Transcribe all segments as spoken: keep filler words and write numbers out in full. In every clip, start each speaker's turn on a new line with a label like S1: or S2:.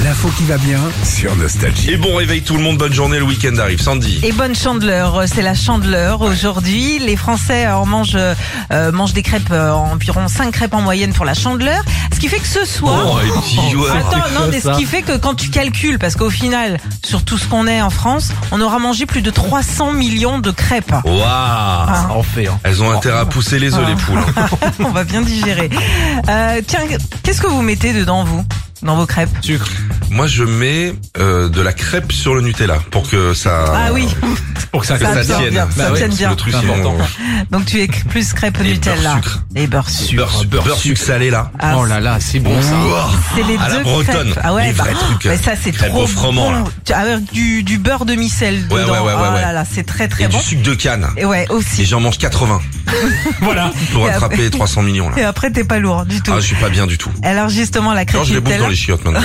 S1: L'info qui va bien sur Nostalgie.
S2: Et bon réveil tout le monde, bonne journée, le week-end arrive. Sandy.
S3: Et bonne chandeleur, c'est la chandeleur aujourd'hui. Les Français en mangent, euh, mangent des crêpes, euh, environ cinq crêpes en moyenne pour la chandeleur. Ce qui fait que ce soir...
S2: Oh, et puis, ouais.
S3: Attends, non, mais ce qui fait que quand tu calcules, parce qu'au final, sur tout ce qu'on est en France, on aura mangé plus de trois cents millions de crêpes.
S2: Waouh,
S3: Ah.
S1: En fait, hein.
S2: elles ont intérêt à pousser les œufs,
S3: Ah.
S2: les poules.
S3: On va bien digérer. Euh, tiens, qu'est-ce que vous mettez dedans, vous, dans vos crêpes?
S1: Sucre.
S2: Moi, je mets euh, de la crêpe sur le Nutella pour que ça,
S3: Ah oui,
S1: Pour que ça,
S2: que
S3: Ça
S2: ça
S3: tient
S2: tienne.
S3: bien, ça
S2: Bah ouais,
S3: tienne
S2: parce que
S3: bien.
S2: Le truc,
S1: C'est
S2: sinon,
S1: important.
S3: donc tu es plus crêpes
S2: Et
S3: Nutella.
S2: beurre sucre.
S3: Et beurre sucre.
S2: beurre,
S1: Beurre
S2: beurre sucre salé là.
S3: Ah,
S1: Oh là là, c'est bon ça.
S2: Ouah.
S3: C'est les
S2: À la
S3: deux
S2: bretonne,
S3: crêpes. Ah ouais,
S2: les
S3: bah,
S2: vrais trucs.
S3: mais ça c'est
S2: Crêpes
S3: trop
S2: au froment,
S3: bon.
S2: là.
S3: Tu- Avec du, du beurre demi-sel dedans.
S2: Ouais, ouais, ouais, ouais,
S3: oh
S2: ouais.
S3: là là, c'est très très
S2: Et
S3: bon.
S2: du sucre de canne.
S3: Et ouais,
S2: Et
S3: aussi.
S2: j'en mange quatre-vingts
S1: Voilà.
S2: pour
S3: Et
S2: attraper
S3: après-
S2: trois cents millions
S3: Et
S2: là.
S3: après t'es pas lourd du tout.
S2: Ah, je suis pas bien du tout.
S3: Alors justement la crêpe
S2: Genre, je les bouffe
S3: Nutella.
S2: dans les chiottes maintenant.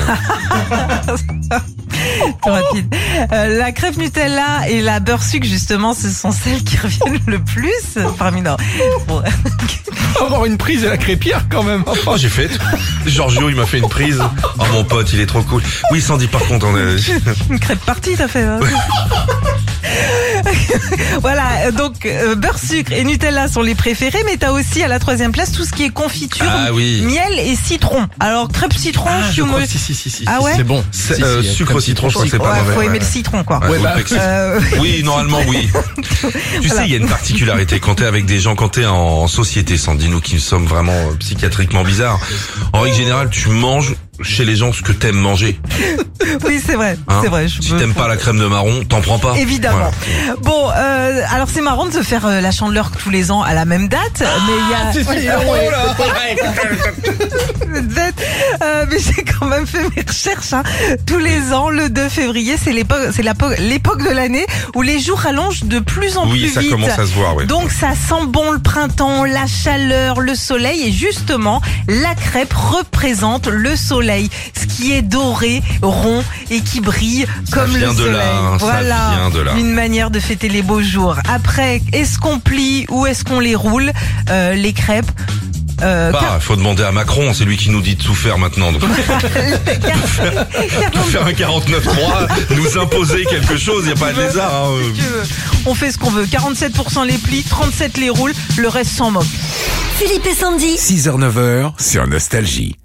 S3: Plus rapide. Euh, la crêpe Nutella et la beurre sucre justement, ce sont celles qui reviennent le plus parmi nos. Bon.
S1: Avoir une prise de la crêpière quand même.
S2: Oh, j'ai fait. Giorgio, il m'a fait une prise. Oh, mon pote, il est trop cool. Oui, Sandy, par contre, on est...
S3: Une crêpe partie, t'as fait. Hein. Voilà, donc euh, beurre sucre et Nutella sont les préférés, mais t'as aussi à la troisième place tout ce qui est confiture,
S2: Ah oui.
S3: miel et citron. Alors crêpe citron,
S2: Ah,
S3: je
S2: je
S3: me-
S2: crois que si, si, si, si.
S3: Ah
S2: si,
S3: ouais
S1: C'est bon.
S2: C'est,
S1: Si,
S2: euh,
S1: si,
S2: sucre
S1: comme
S2: citron, je crois que c'est
S3: ouais,
S2: pas mauvais.
S3: faut aimer
S2: ouais.
S3: le citron quoi.
S2: Ouais,
S1: Ouais,
S2: faut
S1: bah,
S2: pas que c'est-
S3: Euh,
S2: Oui, normalement, oui. Tu sais, il y a une particularité quand t'es avec des gens, quand t'es en société, Sandy, nous qui sommes vraiment euh, psychiatriquement bizarres. En règle générale, tu manges chez les gens ce que t'aimes manger.
S3: oui, c'est vrai,
S2: Hein.
S3: c'est vrai. Je
S2: Si
S3: me-
S2: t'aimes pas la crème de marron, t'en prends pas.
S3: Évidemment.
S2: Voilà.
S3: Bon, euh, alors c'est marrant de se faire euh, la chandeleur tous les ans à la même date, mais il y a.
S1: Si, si, oh là.
S3: Bête. Euh, mais j'ai quand même fait mes recherches. Hein. Tous les ans, le deux février, c'est l'époque, c'est l'époque, l'époque de l'année où les jours rallongent de plus en
S2: Oui,
S3: plus
S2: ça
S3: vite.
S2: commence à se voir, ouais.
S3: Donc ça sent bon le printemps, la chaleur, le soleil, et justement, la crêpe représente le soleil, ce qui est doré, rond et qui brille comme le
S2: vient de
S3: soleil.
S2: là, hein, ça
S3: voilà,
S2: vient de là.
S3: une manière de fêter les beaux jours. Après, est-ce qu'on plie ou est-ce qu'on les roule, euh, les crêpes? Euh,
S2: Bah, faut demander à Macron, c'est lui qui nous dit de tout faire maintenant. Donc, tout faire un quarante-neuf trois, nous imposer quelque chose, y a pas de lézard. Hein.
S3: Si tu veux. On fait ce qu'on veut. quarante-sept pour cent les plis, trente-sept les roule, le reste s'en moque.
S4: Philippe et Sandy.
S1: six heures neuf heures sur Nostalgie.